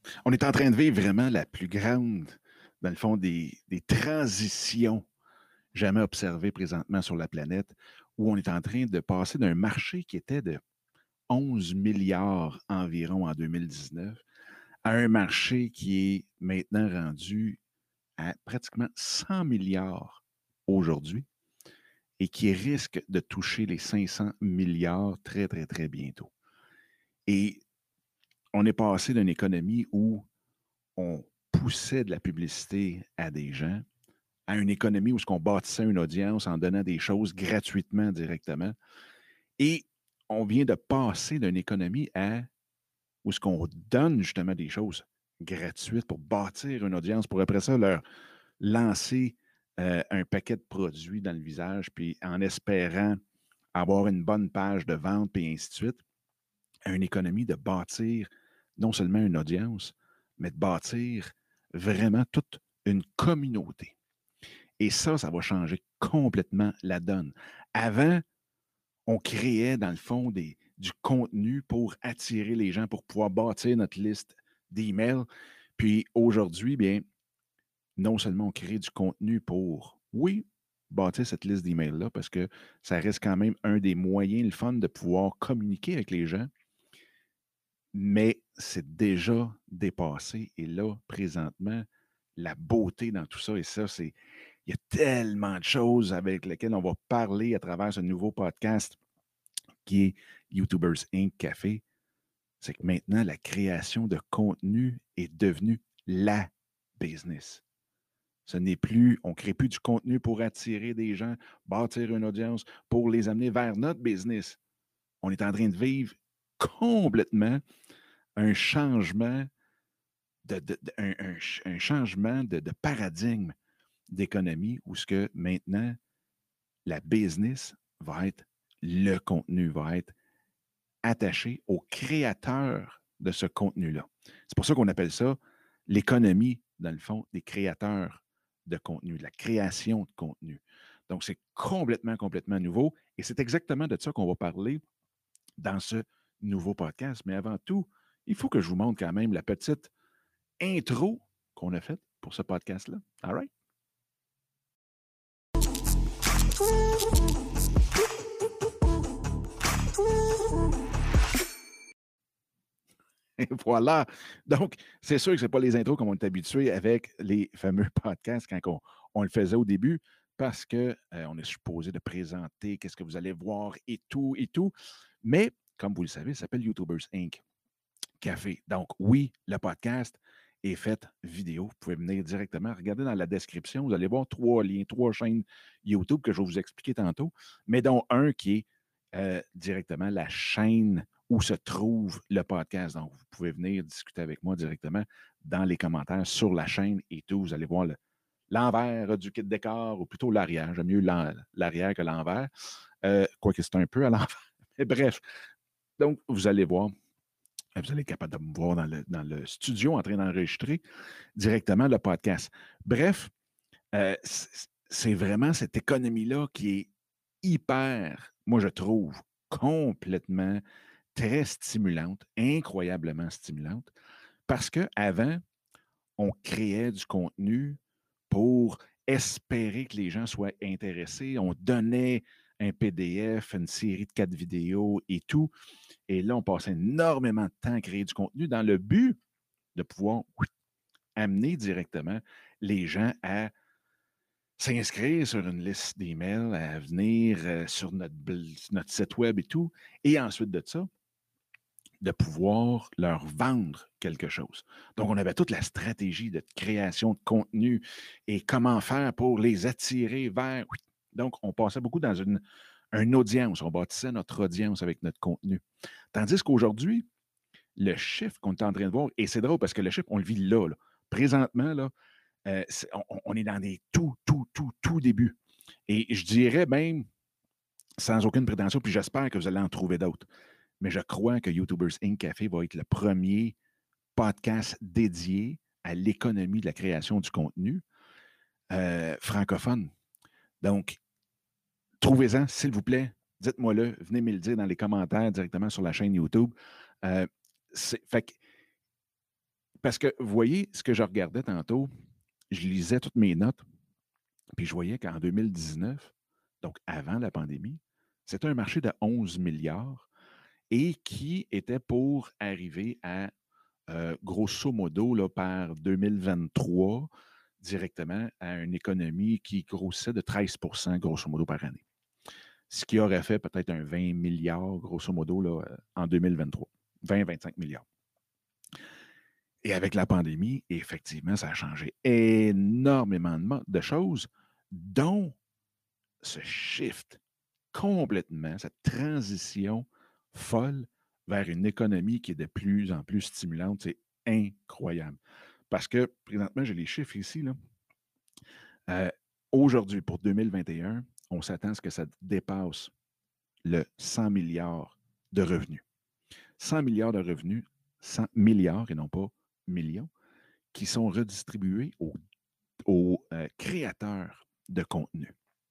On est en train de vivre vraiment la plus grande, dans le fond, des transitions jamais observées présentement sur la planète, où on est en train de passer d'un marché qui était de 11 milliards environ en 2019 à un marché qui est maintenant rendu à pratiquement 100 milliards aujourd'hui et qui risque de toucher les 500 milliards très, très, très bientôt. Et on est passé d'une économie où on poussait de la publicité à des gens à une économie où on bâtissait une audience en donnant des choses gratuitement directement. Et on vient de passer d'une économie à où ce qu'on donne justement des choses gratuites pour bâtir une audience, pour après ça leur lancer un paquet de produits dans le visage, puis en espérant avoir une bonne page de vente, puis ainsi de suite, à une économie de bâtir non seulement une audience, mais de bâtir vraiment toute une communauté. Et ça va changer complètement la donne. Avant, on créait, dans le fond, du contenu pour attirer les gens, pour pouvoir bâtir notre liste d'emails. Puis aujourd'hui, bien, non seulement on crée du contenu pour, oui, bâtir cette liste d'emails-là, parce que ça reste quand même un des moyens, le fun, de pouvoir communiquer avec les gens, mais c'est déjà dépassé. Et là, présentement, la beauté dans tout ça, et ça, c'est, il y a tellement de choses avec lesquelles on va parler à travers ce nouveau podcast qui est YouTubers Inc. Café. C'est que maintenant, la création de contenu est devenue la business. Ce n'est plus, on ne crée plus du contenu pour attirer des gens, bâtir une audience, pour les amener vers notre business. On est en train de vivre complètement un changement un changement de paradigme d'économie où ce que maintenant, la business va être le contenu, va être attaché au créateur de ce contenu-là. C'est pour ça qu'on appelle ça l'économie, dans le fond, des créateurs de contenu, de la création de contenu. Donc, c'est complètement, complètement nouveau et c'est exactement de ça qu'on va parler dans ce nouveau podcast. Mais avant tout, il faut que je vous montre quand même la petite intro qu'on a faite pour ce podcast-là. All right? Et voilà. Donc, c'est sûr que ce n'est pas les intros comme on est habitué avec les fameux podcasts quand on le faisait au début, parce qu'on on est supposé de présenter qu'est-ce que vous allez voir et tout, et tout. Mais, comme vous le savez, ça s'appelle YouTubers Inc. Café. Donc, oui, le podcast est fait vidéo. Vous pouvez venir directement. Regardez dans la description, vous allez voir 3 liens, 3 chaînes YouTube que je vais vous expliquer tantôt, mais dont un qui est directement la chaîne où se trouve le podcast. Donc, vous pouvez venir discuter avec moi directement dans les commentaires sur la chaîne et tout. Vous allez voir l'envers du kit décor, ou plutôt l'arrière. J'aime mieux l'arrière que l'envers. Quoique c'est un peu à l'envers. Mais bref. Donc, vous allez voir. Vous allez être capable de me voir dans le studio en train d'enregistrer directement le podcast. Bref, c'est vraiment cette économie-là qui est hyper, moi je trouve, complètement très stimulante, incroyablement stimulante, parce qu'avant, on créait du contenu pour espérer que les gens soient intéressés. On donnait un PDF, une série de 4 vidéos et tout. Et là, on passait énormément de temps à créer du contenu dans le but de pouvoir amener directement les gens à s'inscrire sur une liste d'emails, à venir sur notre site web et tout. Et ensuite de ça, de pouvoir leur vendre quelque chose. Donc, on avait toute la stratégie de création de contenu et comment faire pour les attirer vers... Donc, on passait beaucoup dans une audience. On bâtissait notre audience avec notre contenu. Tandis qu'aujourd'hui, le chiffre qu'on est en train de voir, et c'est drôle parce que le chiffre, on le vit là. Présentement, là, on est dans des tout débuts. Et je dirais même, sans aucune prétention, puis j'espère que vous allez en trouver d'autres, mais je crois que YouTubers Inc. Café va être le premier podcast dédié à l'économie de la création du contenu francophone. Donc, trouvez-en, s'il vous plaît. Dites-moi-le. Venez me le dire dans les commentaires directement sur la chaîne YouTube. Fait que Parce que, vous voyez, ce que je regardais tantôt, je lisais toutes mes notes, puis je voyais qu'en 2019, donc avant la pandémie, c'était un marché de 11 milliards et qui était pour arriver à, grosso modo, là, par 2023, directement à une économie qui grossissait de 13 grosso modo, par année. Ce qui aurait fait peut-être un 20 milliards, grosso modo, là, en 2023. 20-25 milliards. Et avec la pandémie, effectivement, ça a changé énormément de choses, dont ce shift complètement, cette transition folle vers une économie qui est de plus en plus stimulante. C'est incroyable. Parce que présentement, j'ai les chiffres ici, là. Euh, Aujourd'hui, pour 2021, on s'attend à ce que ça dépasse le 100 milliards de revenus. 100 milliards de revenus, 100 milliards et non pas millions, qui sont redistribués aux créateurs de contenu.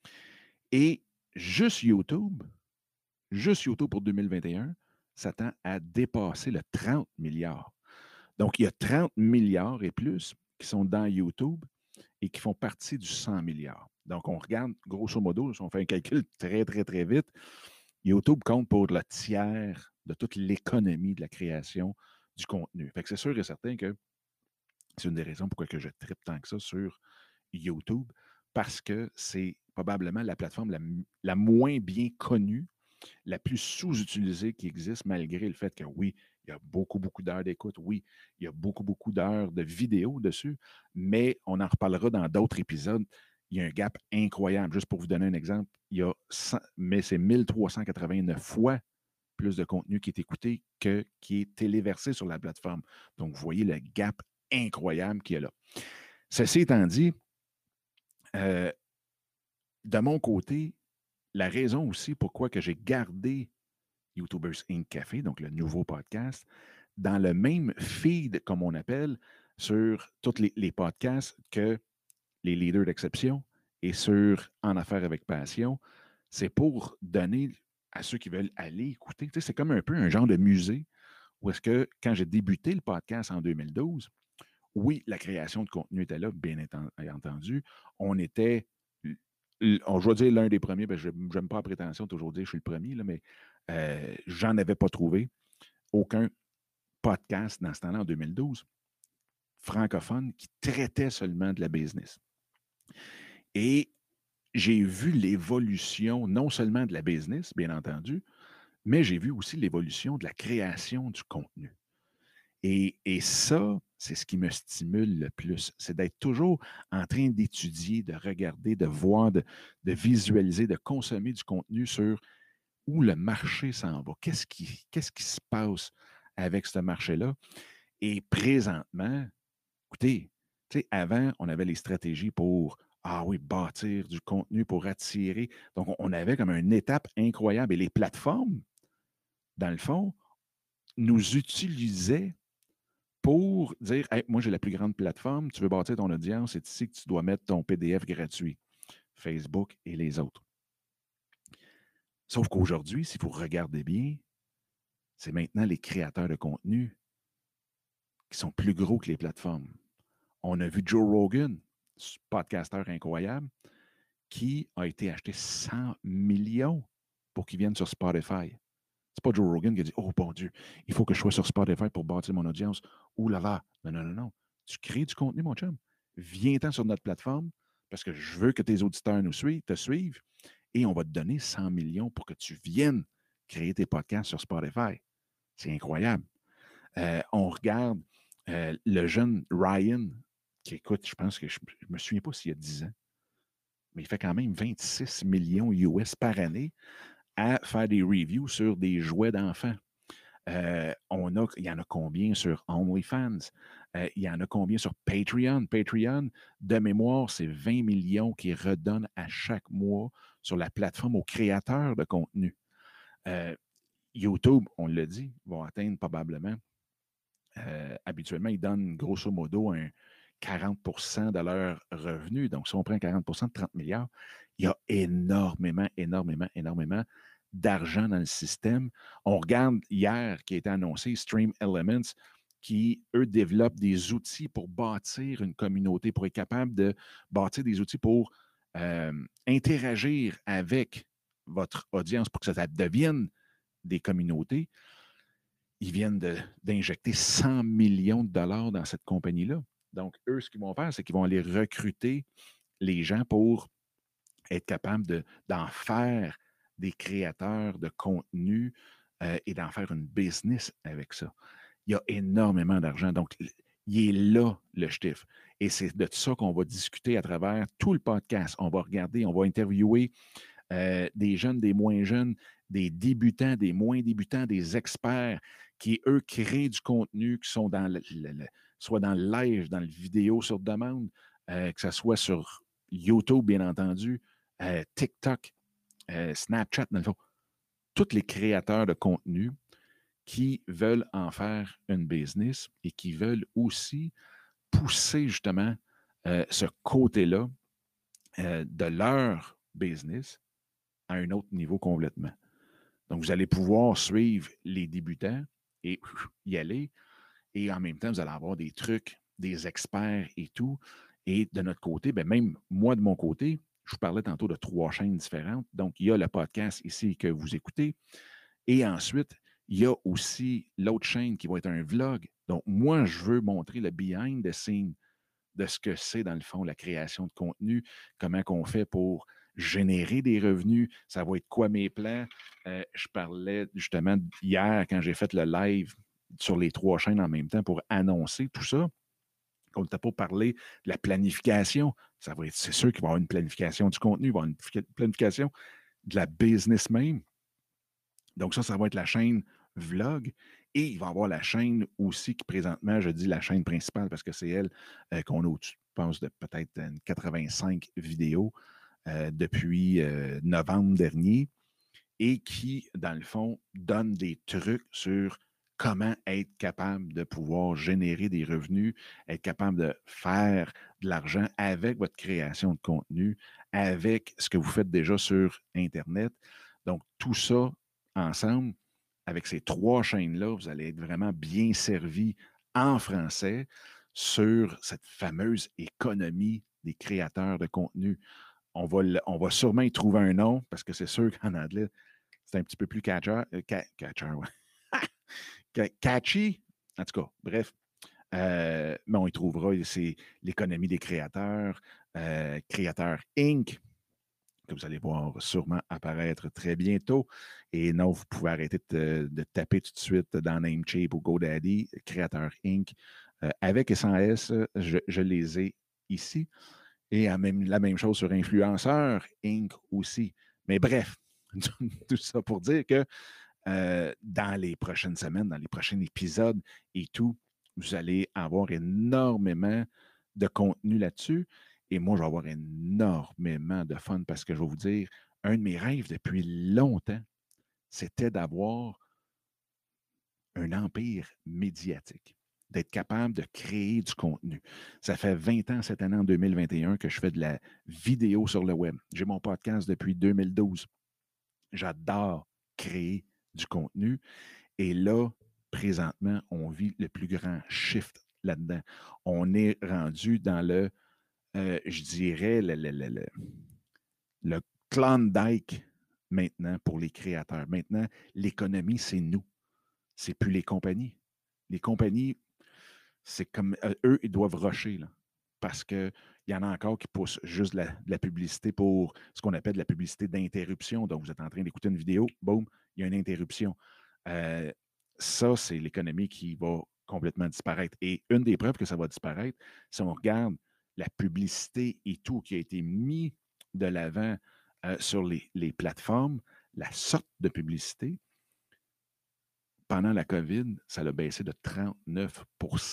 Et juste YouTube, juste YouTube pour 2021, s'attend à dépasser le 30 milliards. Donc, il y a 30 milliards et plus qui sont dans YouTube et qui font partie du 100 milliards. Donc, on regarde, grosso modo, si on fait un calcul très, très, très vite, YouTube compte pour le tiers de toute l'économie de la création du contenu. Fait que c'est sûr et certain que c'est une des raisons pourquoi que je tripe tant que ça sur YouTube, parce que c'est probablement la plateforme la moins bien connue, la plus sous-utilisée qui existe, malgré le fait que oui, il y a beaucoup, beaucoup d'heures d'écoute, oui, il y a beaucoup, beaucoup d'heures de vidéos dessus, mais on en reparlera dans d'autres épisodes. Il y a un gap incroyable. Juste pour vous donner un exemple, il y a 100, mais c'est 1389 fois plus de contenu qui est écouté que qui est téléversé sur la plateforme. Donc, vous voyez le gap incroyable qu'il y a là. Ceci étant dit, euh, de mon côté, la raison aussi pourquoi que j'ai gardé YouTubers Inc. Café, donc le nouveau podcast, dans le même feed, comme on appelle, sur tous les podcasts que les leaders d'exception et sur En affaires avec passion, c'est pour donner à ceux qui veulent aller écouter. Tu sais, c'est comme un peu un genre de musée où est-ce que quand j'ai débuté le podcast en 2012, oui, la création de contenu était là, bien entendu. On était, je vais dire l'un des premiers, parce que je n'aime pas la prétention de toujours dire que je suis le premier, là, mais j'en avais pas trouvé aucun podcast dans ce temps-là, en 2012, francophone, qui traitait seulement de la business. Et j'ai vu l'évolution, non seulement de la business, bien entendu, mais j'ai vu aussi l'évolution de la création du contenu. Et ça, c'est ce qui me stimule le plus. C'est d'être toujours en train d'étudier, de regarder, de voir, de visualiser, de consommer du contenu sur où le marché s'en va. Qu'est-ce qui se passe avec ce marché-là? Et présentement, écoutez, tu sais, avant, on avait les stratégies pour, ah oui, bâtir du contenu pour attirer. Donc, on avait comme une étape incroyable. Et les plateformes, dans le fond, nous utilisaient pour dire, hey, moi, j'ai la plus grande plateforme, tu veux bâtir ton audience, c'est ici que tu dois mettre ton PDF gratuit. Facebook et les autres. Sauf qu'aujourd'hui, si vous regardez bien, c'est maintenant les créateurs de contenu qui sont plus gros que les plateformes. On a vu Joe Rogan, podcasteur incroyable, qui a été acheté 100 millions pour qu'il vienne sur Spotify. C'est pas Joe Rogan qui a dit, oh bon Dieu, il faut que je sois sur Spotify pour bâtir mon audience. Ouh là là. Non, non, non, non. Tu crées du contenu, mon chum. Viens-t'en sur notre plateforme parce que je veux que tes auditeurs te suivent et on va te donner 100 millions pour que tu viennes créer tes podcasts sur Spotify. C'est incroyable. On regarde le jeune Ryan, qui écoute, je pense que je ne me souviens pas s'il y a 10 ans, mais il fait quand même 26 millions US par année à faire des reviews sur des jouets d'enfants. Il y en a combien sur OnlyFans? Il y en a combien sur Patreon? Patreon, de mémoire, c'est 20 millions qui redonnent à chaque mois sur la plateforme aux créateurs de contenu. YouTube, on l'a dit, vont atteindre probablement, habituellement, ils donnent grosso modo un 40 de leurs revenus. Donc, si on prend 40 de 30 milliards, il y a énormément, énormément, énormément d'argent dans le système. On regarde hier qui a été annoncé, Stream Elements, qui, eux, développent des outils pour bâtir une communauté, pour être capable de bâtir des outils pour interagir avec votre audience, pour que ça devienne des communautés. Ils viennent d'injecter 100 millions de dollars dans cette compagnie-là. Donc, eux, ce qu'ils vont faire, c'est qu'ils vont aller recruter les gens pour être capables d'en faire des créateurs de contenu et d'en faire une business avec ça. Il y a énormément d'argent. Donc, il est là, le chiffre. Et c'est de ça qu'on va discuter à travers tout le podcast. On va regarder, on va interviewer des jeunes, des moins jeunes, des débutants, des moins débutants, des experts qui, eux, créent du contenu, qui sont dans soit dans le live, dans le vidéo sur demande, que ce soit sur YouTube, bien entendu, TikTok, Snapchat, dans le fond. Tous les créateurs de contenu qui veulent en faire une business et qui veulent aussi pousser justement ce côté-là de leur business à un autre niveau complètement. Donc, vous allez pouvoir suivre les débutants et y aller. Et en même temps, vous allez avoir des trucs, des experts et tout. Et de notre côté, bien, même moi, de mon côté, je vous parlais tantôt de 3 chaînes différentes. Donc, il y a le podcast ici que vous écoutez. Et ensuite, il y a aussi l'autre chaîne qui va être un vlog. Donc, moi, je veux montrer le behind the scene de ce que c'est, dans le fond, la création de contenu, comment qu'on fait pour générer des revenus, ça va être quoi mes plans. Je parlais justement hier, quand j'ai fait le live sur les 3 chaînes en même temps pour annoncer tout ça. On t'a pas parlé de la planification. Ça va être, c'est sûr qu'il va y avoir une planification du contenu, il va y avoir une planification de la business même. Donc ça va être la chaîne vlog. Et il va y avoir la chaîne aussi qui, présentement, je dis la chaîne principale parce que c'est elle qu'on a au-dessus, je pense, de peut-être 85 vidéos depuis novembre dernier et qui, dans le fond, donne des trucs sur comment être capable de pouvoir générer des revenus, être capable de faire de l'argent avec votre création de contenu, avec ce que vous faites déjà sur Internet. Donc, tout ça ensemble, avec ces 3 chaînes-là, vous allez être vraiment bien servi en français sur cette fameuse économie des créateurs de contenu. On va sûrement y trouver un nom parce que c'est sûr qu'en anglais, c'est un petit peu plus catcher, ouais. Catchy. En tout cas, bref. Mais on y trouvera, c'est l'économie des créateurs, Créateurs Inc., que vous allez voir sûrement apparaître très bientôt. Et non, vous pouvez arrêter de taper tout de suite dans Namecheap ou GoDaddy, Créateur Inc. Avec et sans S, je les ai ici. Et la même chose sur Influenceur Inc. aussi. Mais bref, tout ça pour dire que dans les prochaines semaines, dans les prochains épisodes et tout, vous allez avoir énormément de contenu là-dessus. Et moi, je vais avoir énormément de fun parce que je vais vous dire, un de mes rêves depuis longtemps, c'était d'avoir un empire médiatique, d'être capable de créer du contenu. Ça fait 20 ans, cette année, en 2021, que je fais de la vidéo sur le web. J'ai mon podcast depuis 2012. J'adore créer du contenu. Et là, présentement, on vit le plus grand shift là-dedans. On est rendu dans je dirais, le Klondike maintenant pour les créateurs. Maintenant, l'économie, c'est nous. C'est plus les compagnies. Les compagnies, c'est comme eux, ils doivent rusher, là, parce qu'il y en a encore qui poussent juste de la publicité pour ce qu'on appelle de la publicité d'interruption. Donc, vous êtes en train d'écouter une vidéo, boum, il y a une interruption. Ça, c'est l'économie qui va complètement disparaître. Et une des preuves que ça va disparaître, si on regarde la publicité et tout qui a été mis de l'avant sur les plateformes, la sorte de publicité, pendant la COVID, ça a baissé de 39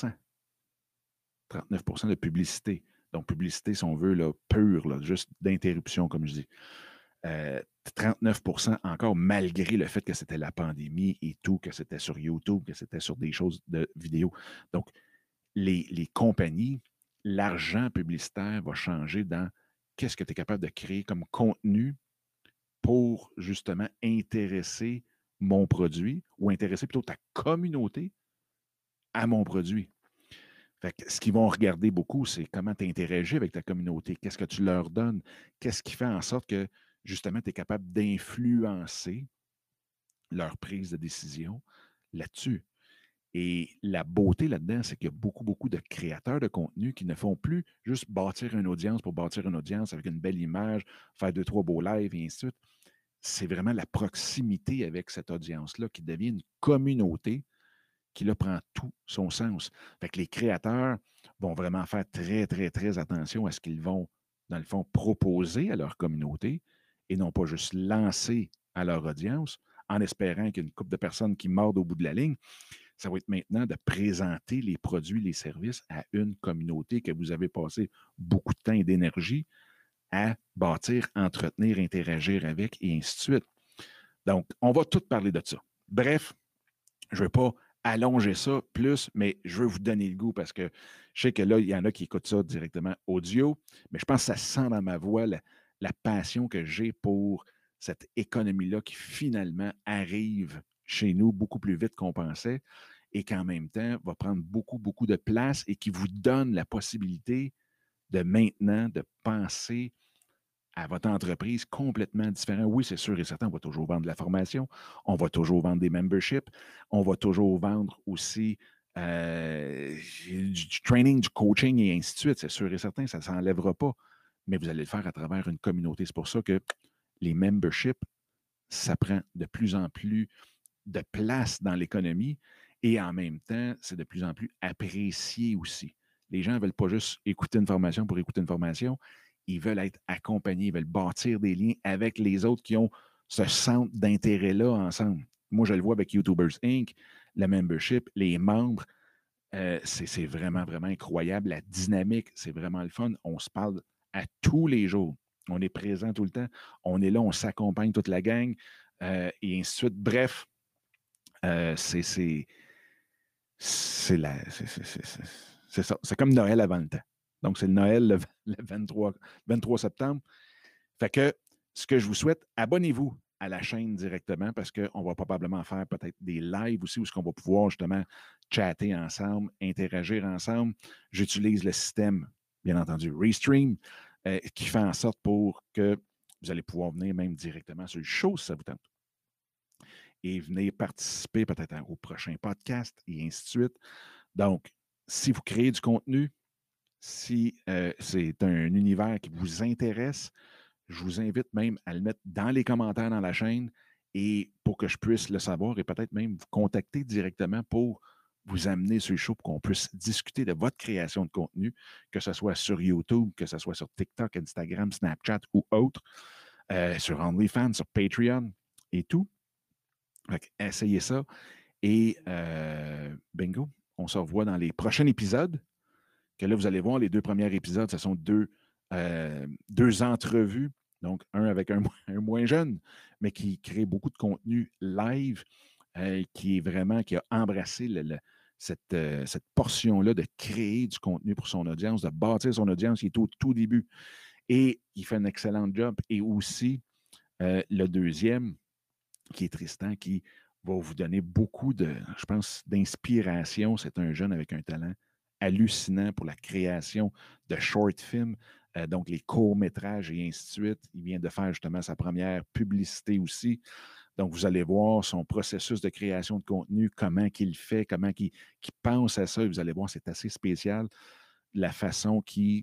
39 de publicité. Donc, publicité, si on veut, là, pure, là, juste d'interruption, comme je dis. 39 encore, malgré le fait que c'était la pandémie et tout, que c'était sur YouTube, que c'était sur des choses de vidéo. Donc, les compagnies, l'argent publicitaire va changer dans qu'est-ce que tu es capable de créer comme contenu pour justement intéresser mon produit ou intéresser plutôt ta communauté à mon produit. Fait que ce qu'ils vont regarder beaucoup, c'est comment tu interagis avec ta communauté, qu'est-ce que tu leur donnes, qu'est-ce qui fait en sorte que, justement, tu es capable d'influencer leur prise de décision là-dessus. Et la beauté là-dedans, c'est qu'il y a beaucoup, beaucoup de créateurs de contenu qui ne font plus juste bâtir une audience pour bâtir une audience avec une belle image, faire 2, 3 beaux lives et ainsi de suite. C'est vraiment la proximité avec cette audience-là qui devient une communauté qui là prend tout son sens. Fait que les créateurs vont vraiment faire très, très, très attention à ce qu'ils vont, dans le fond, proposer à leur communauté et non pas juste lancer à leur audience en espérant qu'il y ait une couple de personnes qui mordent au bout de la ligne. Ça va être maintenant de présenter les produits, les services à une communauté que vous avez passé beaucoup de temps et d'énergie à bâtir, entretenir, interagir avec et ainsi de suite. Donc, on va tout parler de ça. Bref, je ne veux pas allonger ça plus, mais je veux vous donner le goût parce que je sais que là, il y en a qui écoutent ça directement audio, mais je pense que ça sent dans ma voix la passion que j'ai pour cette économie-là qui finalement arrive chez nous beaucoup plus vite qu'on pensait et qui en même temps va prendre beaucoup, beaucoup de place et qui vous donne la possibilité de maintenant de penser à votre entreprise complètement différent. Oui, c'est sûr et certain, on va toujours vendre de la formation, on va toujours vendre des memberships, on va toujours vendre aussi du training, du coaching et ainsi de suite. C'est sûr et certain, ça ne s'enlèvera pas, mais vous allez le faire à travers une communauté. C'est pour ça que les memberships, ça prend de plus en plus de place dans l'économie et en même temps, c'est de plus en plus apprécié aussi. Les gens ne veulent pas juste écouter une formation pour écouter une formation, ils veulent être accompagnés, ils veulent bâtir des liens avec les autres qui ont ce centre d'intérêt-là ensemble. Moi, je le vois avec YouTubers Inc., le membership, les membres, c'est vraiment, vraiment incroyable. La dynamique, c'est vraiment le fun. On se parle à tous les jours. On est présent tout le temps. On est là, on s'accompagne toute la gang et ainsi de suite. Bref, c'est ça. C'est comme Noël avant le temps. Donc, c'est le Noël le 23 septembre. Fait que ce que je vous souhaite, abonnez-vous à la chaîne directement parce qu'on va probablement faire peut-être des lives aussi où on va pouvoir justement chatter ensemble, interagir ensemble. J'utilise le système, bien entendu, Restream, qui fait en sorte pour que vous allez pouvoir venir même directement sur le show si ça vous tente et venir participer peut-être au prochain podcast et ainsi de suite. Donc, si vous créez du contenu, si c'est un univers qui vous intéresse, je vous invite même à le mettre dans les commentaires dans la chaîne et pour que je puisse le savoir et peut-être même vous contacter directement pour vous amener sur le show pour qu'on puisse discuter de votre création de contenu, que ce soit sur YouTube, que ce soit sur TikTok, Instagram, Snapchat ou autre, sur OnlyFans, sur Patreon et tout. Donc, essayez ça et bingo, on se revoit dans les prochains épisodes. Que là, vous allez voir, les 2 premiers épisodes, ce sont deux entrevues. Donc, un avec un moins jeune, mais qui crée beaucoup de contenu live, qui a embrassé cette portion-là de créer du contenu pour son audience, de bâtir son audience. Il est au tout début. Et il fait un excellent job. Et aussi, le deuxième, qui est Tristan, qui va vous donner beaucoup je pense, d'inspiration. C'est un jeune avec un talent hallucinant pour la création de short films, donc les courts-métrages et ainsi de suite. Il vient de faire justement sa première publicité aussi. Donc, vous allez voir son processus de création de contenu, comment qu'il fait, comment qu'il pense à ça. Et vous allez voir, c'est assez spécial la façon qu'il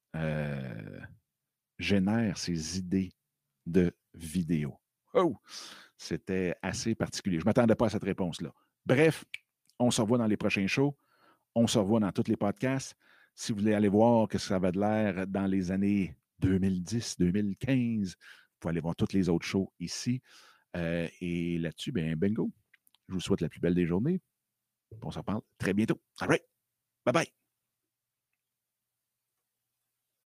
génère ses idées de vidéos. Oh! C'était assez particulier. Je ne m'attendais pas à cette réponse-là. Bref, on se revoit dans les prochains shows. On se revoit dans tous les podcasts. Si vous voulez aller voir ce que ça avait de l'air dans les années 2010, 2015, vous pouvez aller voir tous les autres shows ici. Et là-dessus, ben bingo. Je vous souhaite la plus belle des journées. On s'en parle très bientôt. All right. Bye-bye.